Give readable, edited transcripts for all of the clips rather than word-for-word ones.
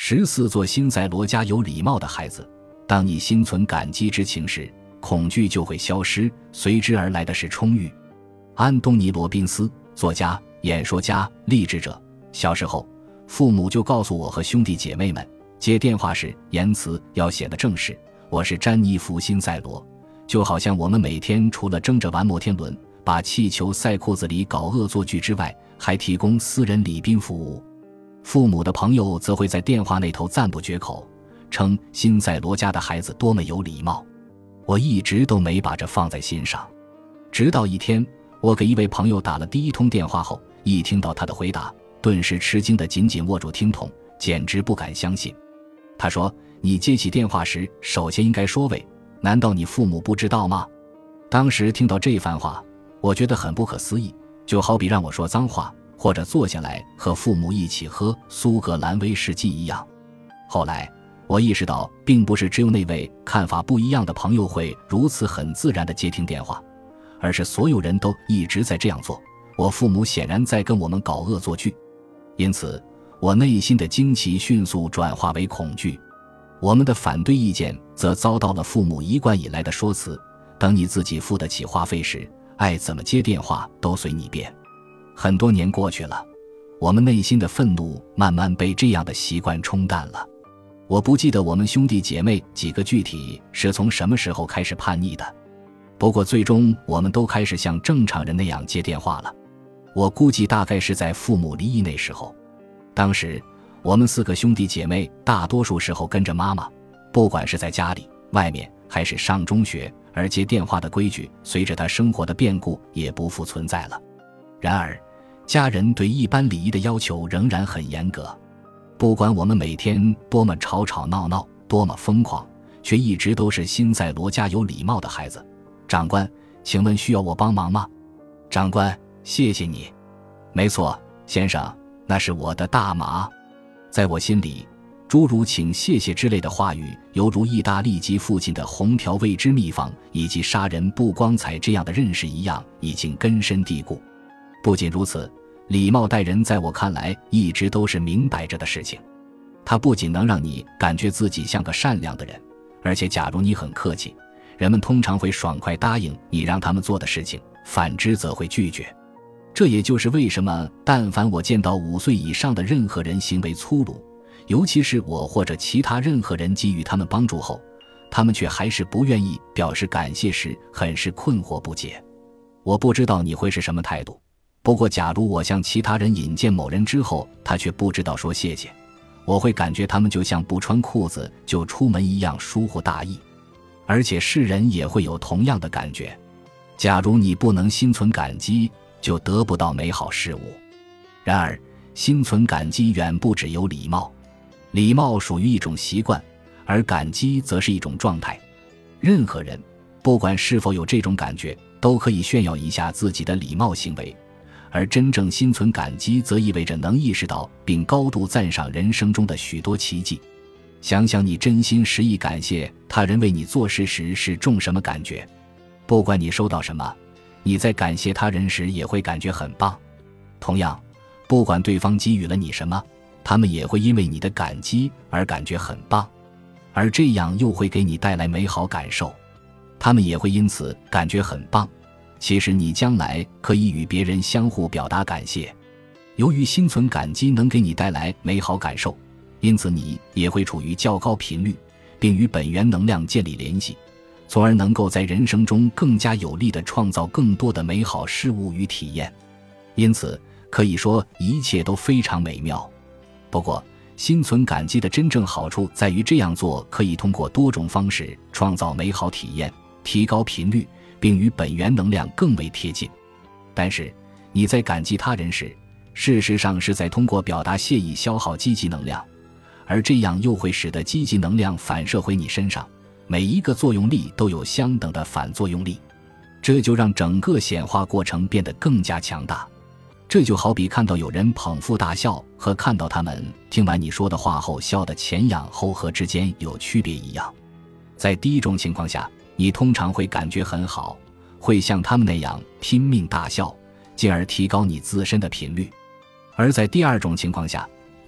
14做新赛罗家有礼貌的孩子。当你心存感激之情时，恐惧就会消失，随之而来的是充裕。安东尼·罗宾斯，作家、演说家、励志者。小时候，父母就告诉我和兄弟姐妹们，接电话时言辞要显得正式。我是詹妮弗·辛塞罗，就好像我们每天除了争着玩摩天轮、把气球塞裤子里搞恶作剧之外，还提供私人礼宾服务。父母的朋友则会在电话那头赞不绝口，称辛塞罗家的孩子多么有礼貌。我一直都没把这放在心上，直到一天，我给一位朋友打了第一通电话后，一听到他的回答，顿时吃惊地紧紧握住听筒，简直不敢相信。他说，你接起电话时首先应该说喂，难道你父母不知道吗？当时听到这番话，我觉得很不可思议，就好比让我说脏话或者坐下来和父母一起喝苏格兰威士忌一样。后来我意识到，并不是只有那位看法不一样的朋友会如此很自然地接听电话，而是所有人都一直在这样做。我父母显然在跟我们搞恶作剧，因此我内心的惊奇迅速转化为恐惧。我们的反对意见则遭到了父母一贯以来的说辞，等你自己付得起话费时，爱怎么接电话都随你便。很多年过去了，我们内心的愤怒慢慢被这样的习惯冲淡了。我不记得我们兄弟姐妹几个具体是从什么时候开始叛逆的，不过最终我们都开始像正常人那样接电话了。我估计大概是在父母离异那时候。当时我们4个兄弟姐妹大多数时候跟着妈妈，不管是在家里、外面还是上中学，而接电话的规矩随着她生活的变故也不复存在了。然而家人对一般礼仪的要求仍然很严格，不管我们每天多么吵吵闹闹，多么疯狂，却一直都是辛塞罗家有礼貌的孩子。长官，请问需要我帮忙吗？长官，谢谢你。没错，先生，那是我的大马。在我心里，诸如请谢谢之类的话语，犹如意大利籍父亲的红条未知秘方以及杀人不光彩这样的认识一样，已经根深蒂固。不仅如此，礼貌待人在我看来一直都是明摆着的事情。它不仅能让你感觉自己像个善良的人，而且假如你很客气，人们通常会爽快答应你让他们做的事情，反之则会拒绝。这也就是为什么但凡我见到5岁以上的任何人行为粗鲁，尤其是我或者其他任何人给予他们帮助后，他们却还是不愿意表示感谢时，很是困惑不解。我不知道你会是什么态度，不过假如我向其他人引荐某人之后，他却不知道说谢谢，我会感觉他们就像不穿裤子就出门一样疏忽大意。而且世人也会有同样的感觉，假如你不能心存感激，就得不到美好事物。然而心存感激远不只有礼貌，礼貌属于一种习惯，而感激则是一种状态。任何人不管是否有这种感觉，都可以炫耀一下自己的礼貌行为，而真正心存感激则意味着能意识到并高度赞赏人生中的许多奇迹。想想你真心实意感谢他人为你做事时是种什么感觉，不管你收到什么，你在感谢他人时也会感觉很棒。同样，不管对方给予了你什么，他们也会因为你的感激而感觉很棒，而这样又会给你带来美好感受，他们也会因此感觉很棒。其实你将来可以与别人相互表达感谢。由于心存感激能给你带来美好感受，因此你也会处于较高频率，并与本源能量建立联系，从而能够在人生中更加有力地创造更多的美好事物与体验。因此可以说一切都非常美妙。不过心存感激的真正好处在于这样做可以通过多种方式创造美好体验，提高频率，并与本源能量更为贴近。但是你在感激他人时，事实上是在通过表达谢意消耗积极能量，而这样又会使得积极能量反射回你身上，每一个作用力都有相等的反作用力，这就让整个显化过程变得更加强大。这就好比看到有人捧腹大笑和看到他们听完你说的话后笑得前仰后合之间有区别一样。在第一种情况下，你通常会感觉很好，会像他们那样拼命大笑，进而提高你自身的频率。而在第二种情况下，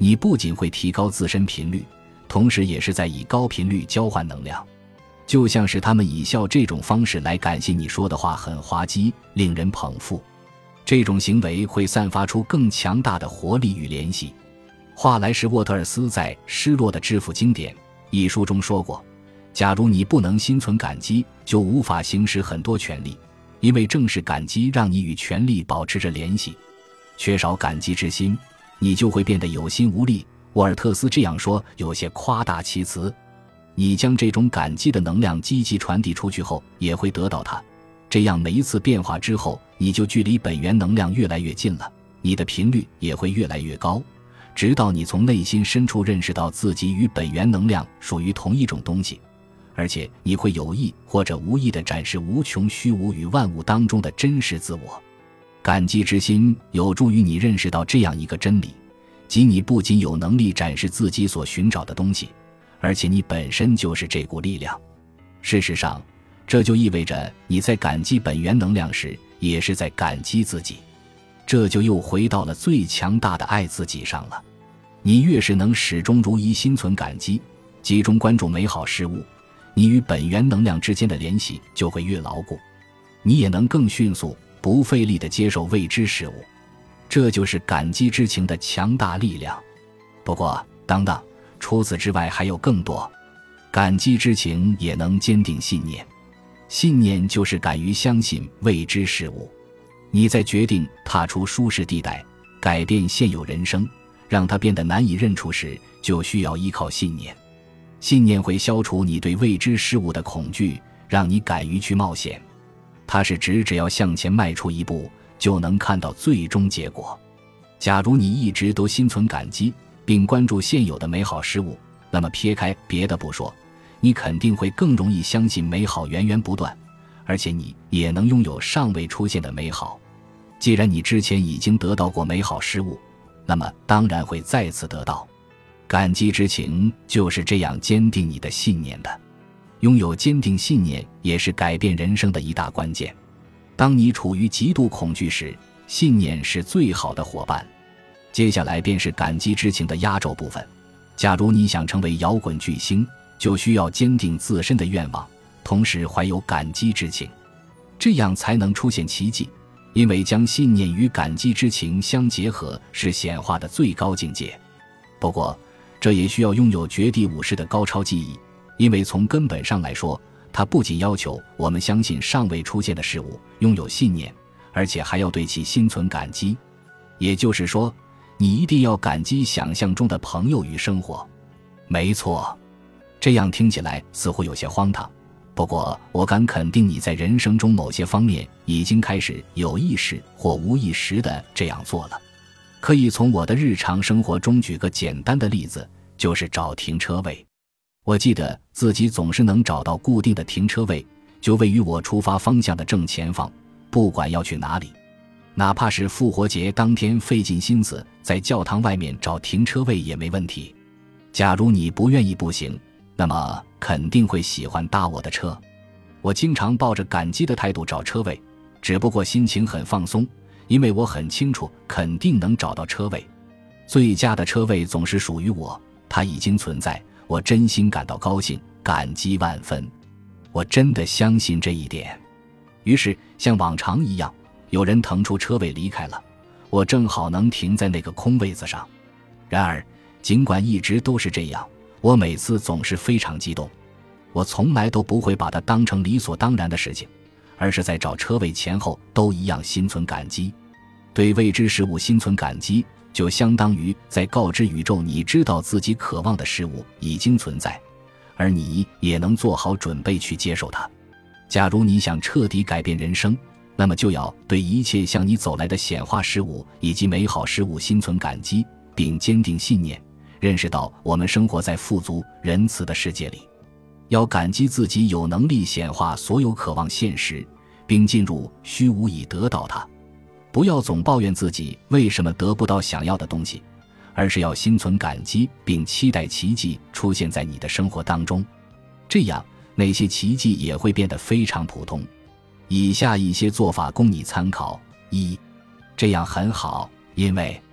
你不仅会提高自身频率，同时也是在以高频率交换能量，就像是他们以笑这种方式来感谢你说的话很滑稽，令人捧腹。这种行为会散发出更强大的活力与联系。华莱士·沃特尔斯在《失落的致富经典》一书中说过，假如你不能心存感激，就无法行使很多权利，因为正是感激让你与权力保持着联系。缺少感激之心，你就会变得有心无力。沃尔特斯这样说有些夸大其词。你将这种感激的能量积极传递出去后，也会得到它。这样每一次变化之后，你就距离本源能量越来越近了，你的频率也会越来越高，直到你从内心深处认识到自己与本源能量属于同一种东西，而且你会有意或者无意地展示无穷虚无与万物当中的真实自我。感激之心有助于你认识到这样一个真理，即你不仅有能力展示自己所寻找的东西，而且你本身就是这股力量。事实上，这就意味着你在感激本源能量时，也是在感激自己。这就又回到了最强大的爱自己上了。你越是能始终如一心存感激，集中关注美好事物，你与本源能量之间的联系就会越牢固，你也能更迅速不费力地接受未知事物。这就是感激之情的强大力量。不过等等，除此之外还有更多。感激之情也能坚定信念，信念就是敢于相信未知事物。你在决定踏出舒适地带，改变现有人生，让它变得难以认出时，就需要依靠信念。信念会消除你对未知事物的恐惧，让你敢于去冒险。它是指只要向前迈出一步，就能看到最终结果。假如你一直都心存感激，并关注现有的美好事物，那么撇开别的不说，你肯定会更容易相信美好源源不断，而且你也能拥有尚未出现的美好。既然你之前已经得到过美好事物，那么当然会再次得到。感激之情就是这样坚定你的信念的。拥有坚定信念也是改变人生的一大关键。当你处于极度恐惧时，信念是最好的伙伴。接下来便是感激之情的压轴部分。假如你想成为摇滚巨星，就需要坚定自身的愿望，同时怀有感激之情，这样才能出现奇迹。因为将信念与感激之情相结合是显化的最高境界。不过这也需要拥有绝地武士的高超技艺，因为从根本上来说，它不仅要求我们相信尚未出现的事物，拥有信念，而且还要对其心存感激。也就是说，你一定要感激想象中的朋友与生活。没错，这样听起来似乎有些荒唐，不过我敢肯定你在人生中某些方面已经开始有意识或无意识地这样做了。可以从我的日常生活中举个简单的例子，就是找停车位。我记得自己总是能找到固定的停车位，就位于我出发方向的正前方，不管要去哪里。哪怕是复活节当天费尽心思在教堂外面找停车位也没问题。假如你不愿意步行，那么肯定会喜欢搭我的车。我经常抱着感激的态度找车位，只不过心情很放松，因为我很清楚肯定能找到车位。最佳的车位总是属于我，它已经存在，我真心感到高兴，感激万分。我真的相信这一点。于是像往常一样，有人腾出车位离开了，我正好能停在那个空位子上。然而尽管一直都是这样，我每次总是非常激动。我从来都不会把它当成理所当然的事情，而是在找车位前后都一样心存感激。对未知事物心存感激，就相当于在告知宇宙你知道自己渴望的事物已经存在，而你也能做好准备去接受它。假如你想彻底改变人生，那么就要对一切向你走来的显化事物以及美好事物心存感激，并坚定信念，认识到我们生活在富足仁慈的世界里。要感激自己有能力显化所有渴望现实，并进入虚无以得到它。不要总抱怨自己为什么得不到想要的东西，而是要心存感激，并期待奇迹出现在你的生活当中。这样那些奇迹也会变得非常普通。以下一些做法供你参考。一，这样很好，因为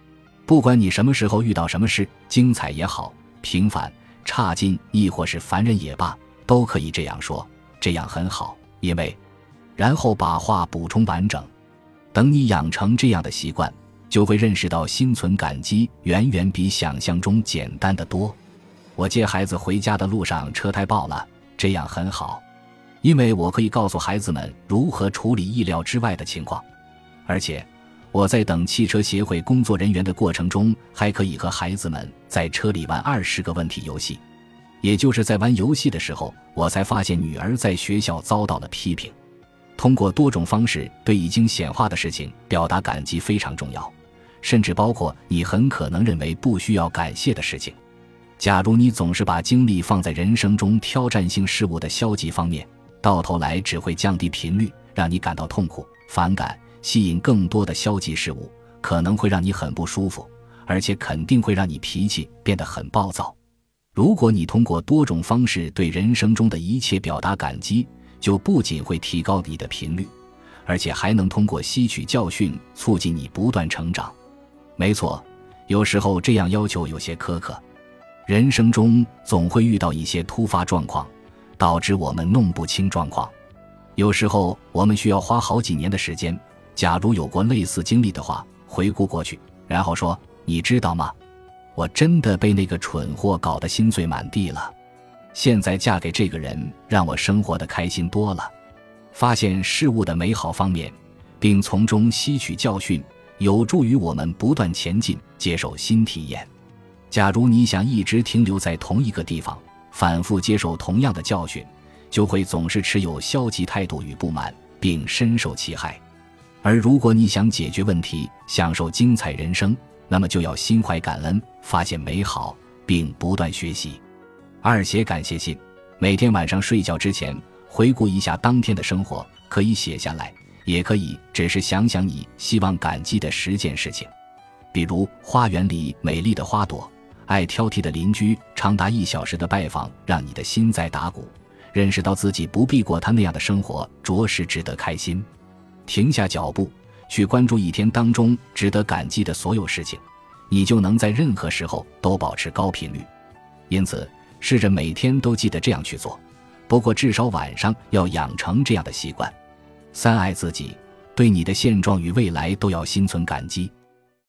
不管你什么时候遇到什么事，精彩也好，平凡、差劲亦或是凡人也罢，都可以这样说，这样很好，因为……然后把话补充完整。等你养成这样的习惯，就会认识到心存感激远远比想象中简单得多。我接孩子回家的路上车胎爆了，这样很好，因为我可以告诉孩子们如何处理意料之外的情况。而且我在等汽车协会工作人员的过程中，还可以和孩子们在车里玩20个问题游戏。也就是在玩游戏的时候，我才发现女儿在学校遭到了批评。通过多种方式对已经显化的事情表达感激非常重要，甚至包括你很可能认为不需要感谢的事情。假如你总是把精力放在人生中挑战性事物的消极方面，到头来只会降低频率，让你感到痛苦、反感，吸引更多的消极事物，可能会让你很不舒服，而且肯定会让你脾气变得很暴躁。如果你通过多种方式对人生中的一切表达感激，就不仅会提高你的频率，而且还能通过吸取教训促进你不断成长。没错，有时候这样要求有些苛刻。人生中总会遇到一些突发状况，导致我们弄不清状况。有时候我们需要花好几年的时间，假如有过类似经历的话，回顾过去，然后说，你知道吗？我真的被那个蠢货搞得心碎满地了。现在嫁给这个人让我生活得开心多了。发现事物的美好方面，并从中吸取教训，有助于我们不断前进，接受新体验。假如你想一直停留在同一个地方，反复接受同样的教训，就会总是持有消极态度与不满，并深受其害。而如果你想解决问题，享受精彩人生，那么就要心怀感恩，发现美好，并不断学习。2写感谢信，每天晚上睡觉之前回顾一下当天的生活，可以写下来，也可以只是想想你希望感激的10件事情。比如花园里美丽的花朵，爱挑剔的邻居长达1小时的拜访让你的心在打鼓，认识到自己不必过他那样的生活，着实值得开心。停下脚步，去关注一天当中值得感激的所有事情，你就能在任何时候都保持高频率。因此试着每天都记得这样去做，不过至少晚上要养成这样的习惯。3爱自己，对你的现状与未来都要心存感激。